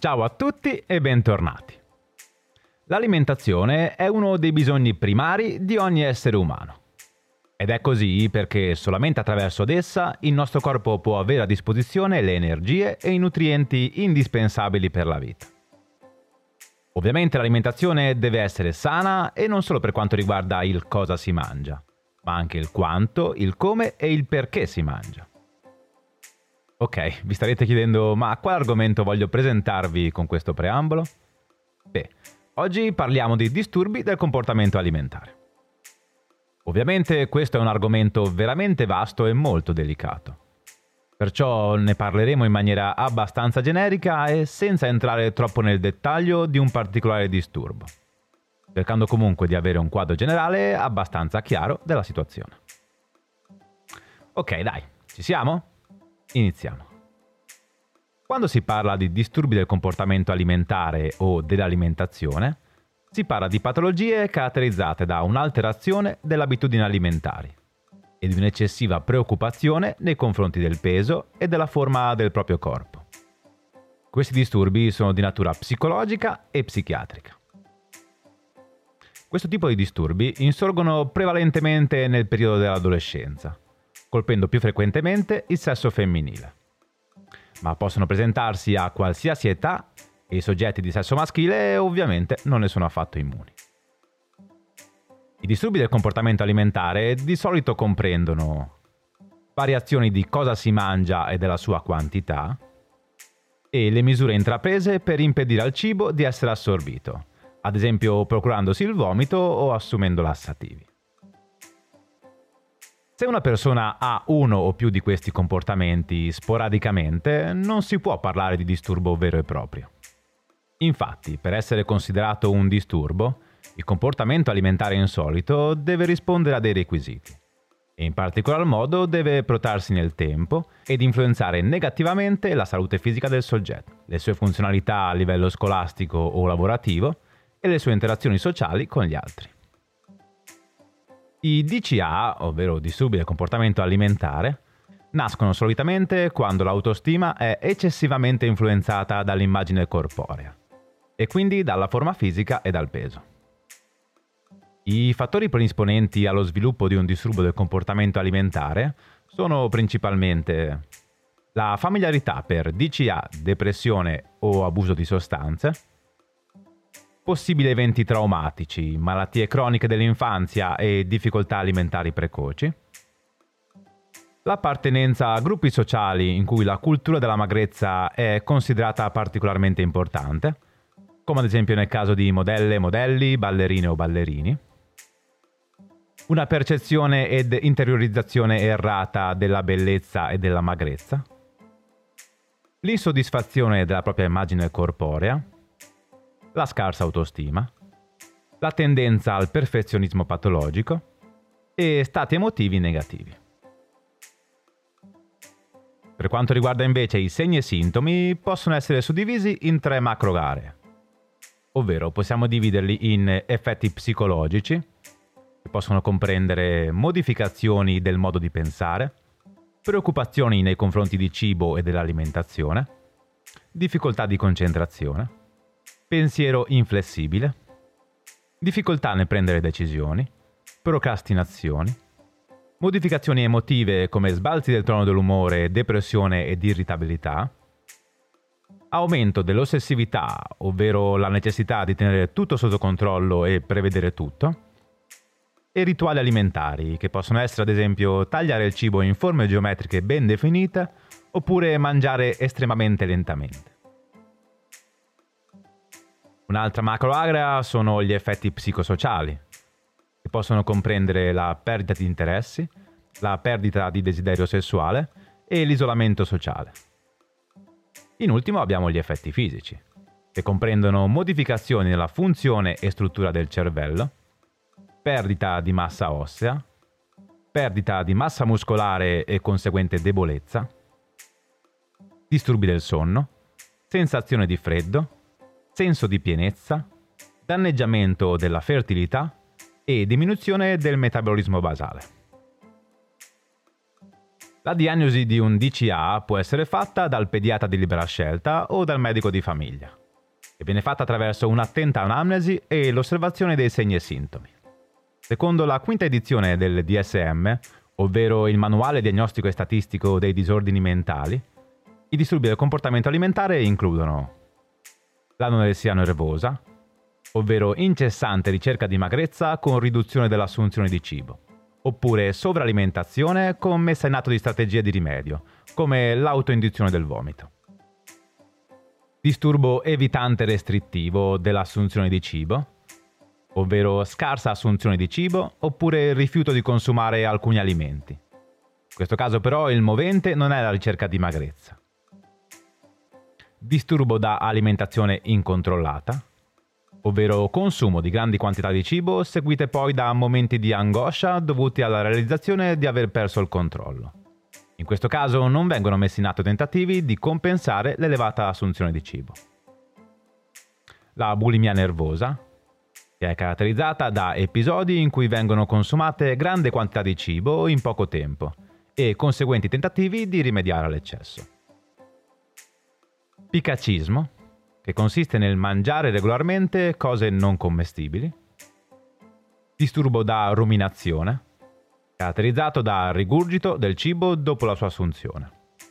Ciao a tutti e bentornati. L'alimentazione è uno dei bisogni primari di ogni essere umano. Ed è così perché solamente attraverso ad essa il nostro corpo può avere a disposizione le energie e i nutrienti indispensabili per la vita. Ovviamente l'alimentazione deve essere sana e non solo per quanto riguarda il cosa si mangia, ma anche il quanto, il come e il perché si mangia. Ok, vi starete chiedendo, ma quale argomento voglio presentarvi con questo preambolo? Beh, oggi parliamo di disturbi del comportamento alimentare. Ovviamente questo è un argomento veramente vasto e molto delicato. Perciò ne parleremo in maniera abbastanza generica e senza entrare troppo nel dettaglio di un particolare disturbo, cercando comunque di avere un quadro generale abbastanza chiaro della situazione. Ok, dai, ci siamo? Iniziamo. Quando si parla di disturbi del comportamento alimentare o dell'alimentazione, si parla di patologie caratterizzate da un'alterazione delle abitudini alimentari e di un'eccessiva preoccupazione nei confronti del peso e della forma del proprio corpo. Questi disturbi sono di natura psicologica e psichiatrica. Questo tipo di disturbi insorgono prevalentemente nel periodo dell'adolescenza, colpendo più frequentemente il sesso femminile. Ma possono presentarsi a qualsiasi età e i soggetti di sesso maschile ovviamente non ne sono affatto immuni. I disturbi del comportamento alimentare di solito comprendono variazioni di cosa si mangia e della sua quantità e le misure intraprese per impedire al cibo di essere assorbito, ad esempio procurandosi il vomito o assumendo lassativi. Se una persona ha uno o più di questi comportamenti sporadicamente, non si può parlare di disturbo vero e proprio. Infatti, per essere considerato un disturbo, il comportamento alimentare insolito deve rispondere a dei requisiti e in particolar modo deve protrarsi nel tempo ed influenzare negativamente la salute fisica del soggetto, le sue funzionalità a livello scolastico o lavorativo e le sue interazioni sociali con gli altri. I DCA, ovvero disturbi del comportamento alimentare, nascono solitamente quando l'autostima è eccessivamente influenzata dall'immagine corporea e quindi dalla forma fisica e dal peso. I fattori predisponenti allo sviluppo di un disturbo del comportamento alimentare sono principalmente la familiarità per DCA, depressione o abuso di sostanze, possibili eventi traumatici, malattie croniche dell'infanzia e difficoltà alimentari precoci, l'appartenenza a gruppi sociali in cui la cultura della magrezza è considerata particolarmente importante, come ad esempio nel caso di modelle, modelli, ballerine o ballerini, una percezione ed interiorizzazione errata della bellezza e della magrezza, l'insoddisfazione della propria immagine corporea, la scarsa autostima, la tendenza al perfezionismo patologico e stati emotivi negativi. Per quanto riguarda invece i segni e sintomi, possono essere suddivisi in 3 macro aree, ovvero possiamo dividerli in effetti psicologici, che possono comprendere modificazioni del modo di pensare, preoccupazioni nei confronti di cibo e dell'alimentazione, difficoltà di concentrazione, pensiero inflessibile, difficoltà nel prendere decisioni, procrastinazioni, modificazioni emotive come sbalzi del tono dell'umore, depressione ed irritabilità, aumento dell'ossessività, ovvero la necessità di tenere tutto sotto controllo e prevedere tutto, e rituali alimentari, che possono essere ad esempio tagliare il cibo in forme geometriche ben definite oppure mangiare estremamente lentamente. Un'altra macro area sono gli effetti psicosociali, che possono comprendere la perdita di interessi, la perdita di desiderio sessuale e l'isolamento sociale. In ultimo abbiamo gli effetti fisici, che comprendono modificazioni nella funzione e struttura del cervello, perdita di massa ossea, perdita di massa muscolare e conseguente debolezza, disturbi del sonno, sensazione di freddo, senso di pienezza, danneggiamento della fertilità e diminuzione del metabolismo basale. La diagnosi di un DCA può essere fatta dal pediatra di libera scelta o dal medico di famiglia e viene fatta attraverso un'attenta anamnesi e l'osservazione dei segni e sintomi. Secondo la quinta edizione del DSM, ovvero il Manuale diagnostico e statistico dei disordini mentali, i disturbi del comportamento alimentare includono l'anoressia nervosa, ovvero incessante ricerca di magrezza con riduzione dell'assunzione di cibo, oppure sovralimentazione con messa in atto di strategie di rimedio, come l'autoinduzione del vomito. Disturbo evitante restrittivo dell'assunzione di cibo, ovvero scarsa assunzione di cibo oppure rifiuto di consumare alcuni alimenti. In questo caso però il movente non è la ricerca di magrezza. Disturbo da alimentazione incontrollata, ovvero consumo di grandi quantità di cibo seguite poi da momenti di angoscia dovuti alla realizzazione di aver perso il controllo. In questo caso non vengono messi in atto tentativi di compensare l'elevata assunzione di cibo. La bulimia nervosa, che è caratterizzata da episodi in cui vengono consumate grandi quantità di cibo in poco tempo e conseguenti tentativi di rimediare all'eccesso. Picacismo, che consiste nel mangiare regolarmente cose non commestibili. Disturbo da ruminazione, caratterizzato da rigurgito del cibo dopo la sua assunzione.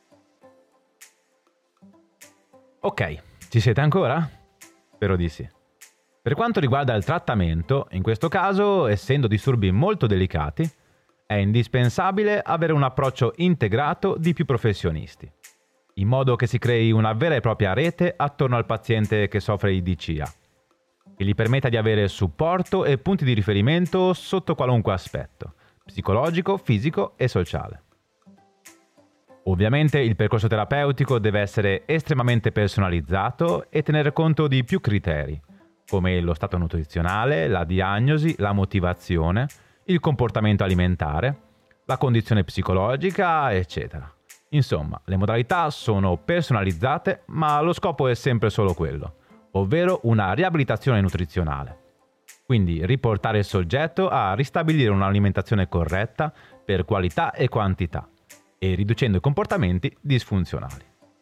Ok, ci siete ancora? Spero di sì. Per quanto riguarda il trattamento, in questo caso, essendo disturbi molto delicati, è indispensabile avere un approccio integrato di più professionisti, in modo che si crei una vera e propria rete attorno al paziente che soffre di DCA, che gli permetta di avere supporto e punti di riferimento sotto qualunque aspetto, psicologico, fisico e sociale. Ovviamente il percorso terapeutico deve essere estremamente personalizzato e tenere conto di più criteri, come lo stato nutrizionale, la diagnosi, la motivazione, il comportamento alimentare, la condizione psicologica, eccetera. Insomma, le modalità sono personalizzate, ma lo scopo è sempre solo quello, ovvero una riabilitazione nutrizionale. Quindi riportare il soggetto a ristabilire un'alimentazione corretta per qualità e quantità e riducendo i comportamenti disfunzionali.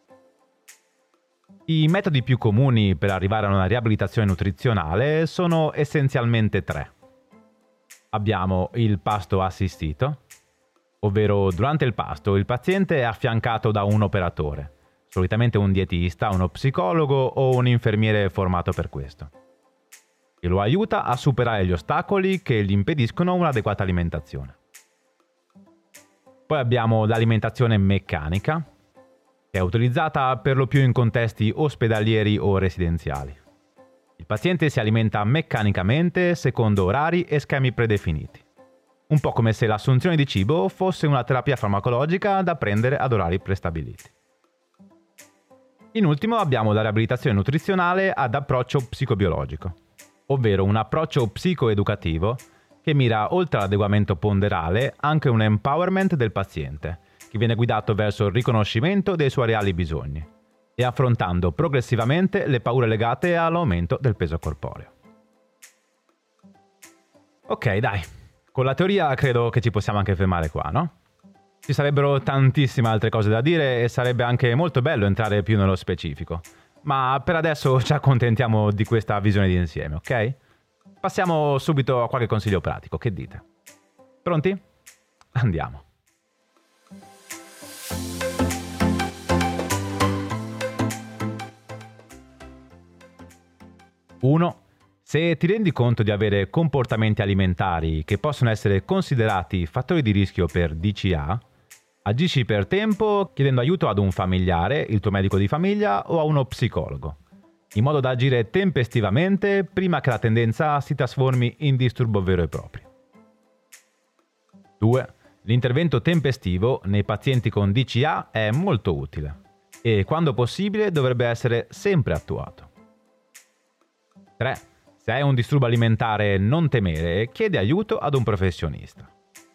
I metodi più comuni per arrivare a una riabilitazione nutrizionale sono essenzialmente tre. Abbiamo il pasto assistito, ovvero durante il pasto il paziente è affiancato da un operatore, solitamente un dietista, uno psicologo o un infermiere formato per questo, che lo aiuta a superare gli ostacoli che gli impediscono un'adeguata alimentazione. Poi abbiamo l'alimentazione meccanica, che è utilizzata per lo più in contesti ospedalieri o residenziali. Il paziente si alimenta meccanicamente secondo orari e schemi predefiniti, un po' come se l'assunzione di cibo fosse una terapia farmacologica da prendere ad orari prestabiliti. In ultimo abbiamo la riabilitazione nutrizionale ad approccio psicobiologico, ovvero un approccio psicoeducativo che mira oltre all'adeguamento ponderale anche un empowerment del paziente, che viene guidato verso il riconoscimento dei suoi reali bisogni e affrontando progressivamente le paure legate all'aumento del peso corporeo. Ok, dai, con la teoria credo che ci possiamo anche fermare qua, no? Ci sarebbero tantissime altre cose da dire e sarebbe anche molto bello entrare più nello specifico, ma per adesso ci accontentiamo di questa visione di insieme, ok? Passiamo subito a qualche consiglio pratico, che dite? Pronti? Andiamo. 1. Se ti rendi conto di avere comportamenti alimentari che possono essere considerati fattori di rischio per DCA, agisci per tempo chiedendo aiuto ad un familiare, il tuo medico di famiglia o a uno psicologo, in modo da agire tempestivamente prima che la tendenza si trasformi in disturbo vero e proprio. 2. L'intervento tempestivo nei pazienti con DCA è molto utile e, quando possibile, dovrebbe essere sempre attuato. 3. Se hai un disturbo alimentare, non temere, chiedi aiuto ad un professionista.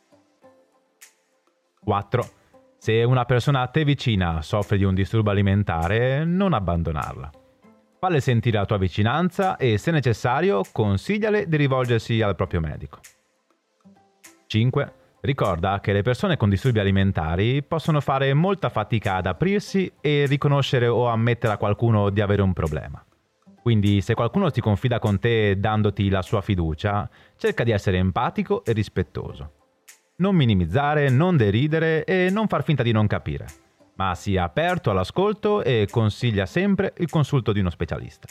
4. Se una persona a te vicina soffre di un disturbo alimentare, non abbandonarla. Falle sentire la tua vicinanza e, se necessario, consigliale di rivolgersi al proprio medico. 5. Ricorda che le persone con disturbi alimentari possono fare molta fatica ad aprirsi e riconoscere o ammettere a qualcuno di avere un problema. Quindi se qualcuno si confida con te dandoti la sua fiducia, cerca di essere empatico e rispettoso. Non minimizzare, non deridere e non far finta di non capire, ma sia aperto all'ascolto e consiglia sempre il consulto di uno specialista.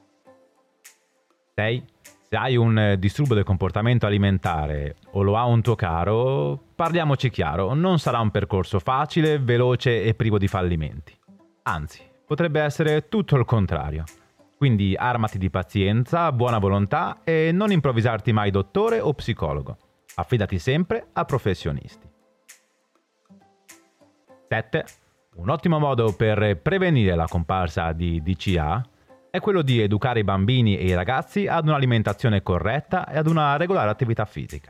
6. Se hai un disturbo del comportamento alimentare o lo ha un tuo caro, parliamoci chiaro, non sarà un percorso facile, veloce e privo di fallimenti. Anzi, potrebbe essere tutto il contrario. Quindi armati di pazienza, buona volontà e non improvvisarti mai dottore o psicologo. Affidati sempre a professionisti. 7. Un ottimo modo per prevenire la comparsa di DCA è quello di educare i bambini e i ragazzi ad un'alimentazione corretta e ad una regolare attività fisica.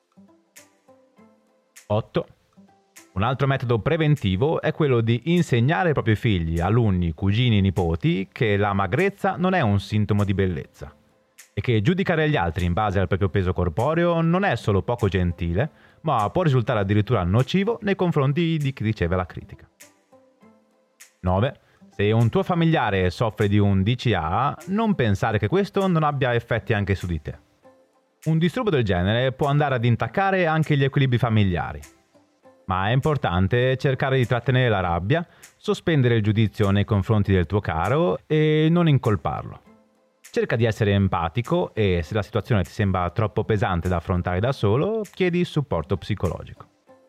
8. Un altro metodo preventivo è quello di insegnare ai propri figli, alunni, cugini, nipoti che la magrezza non è un sintomo di bellezza e che giudicare gli altri in base al proprio peso corporeo non è solo poco gentile, ma può risultare addirittura nocivo nei confronti di chi riceve la critica. 9. Se un tuo familiare soffre di un DCA, non pensare che questo non abbia effetti anche su di te. Un disturbo del genere può andare ad intaccare anche gli equilibri familiari. Ma è importante cercare di trattenere la rabbia, sospendere il giudizio nei confronti del tuo caro e non incolparlo. Cerca di essere empatico e se la situazione ti sembra troppo pesante da affrontare da solo, chiedi supporto psicologico.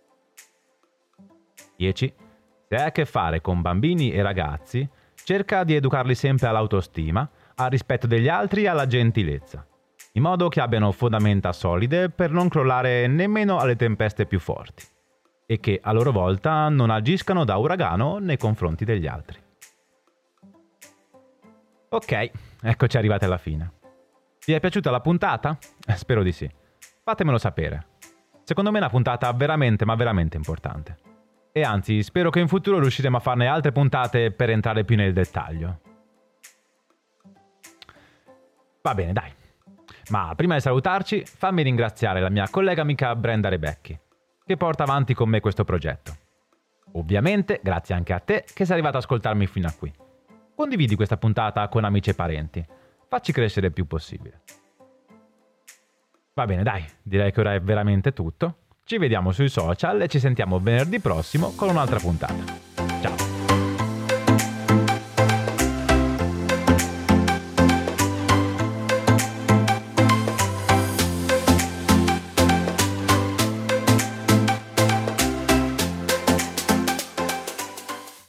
10. Se hai a che fare con bambini e ragazzi, cerca di educarli sempre all'autostima, al rispetto degli altri e alla gentilezza, in modo che abbiano fondamenta solide per non crollare nemmeno alle tempeste più forti e che a loro volta non agiscano da uragano nei confronti degli altri. Ok, eccoci arrivati alla fine. Vi è piaciuta la puntata? Spero di sì. Fatemelo sapere. Secondo me è una puntata veramente, ma veramente importante. E anzi, spero che in futuro riusciremo a farne altre puntate per entrare più nel dettaglio. Va bene, dai. Ma prima di salutarci, fammi ringraziare la mia collega amica Brenda Rebecchi, che porta avanti con me questo progetto. Ovviamente, grazie anche a te che sei arrivato ad ascoltarmi fino a qui. Condividi questa puntata con amici e parenti. Facci crescere il più possibile. Va bene, dai, direi che ora è veramente tutto. Ci vediamo sui social e ci sentiamo venerdì prossimo con un'altra puntata. Ciao!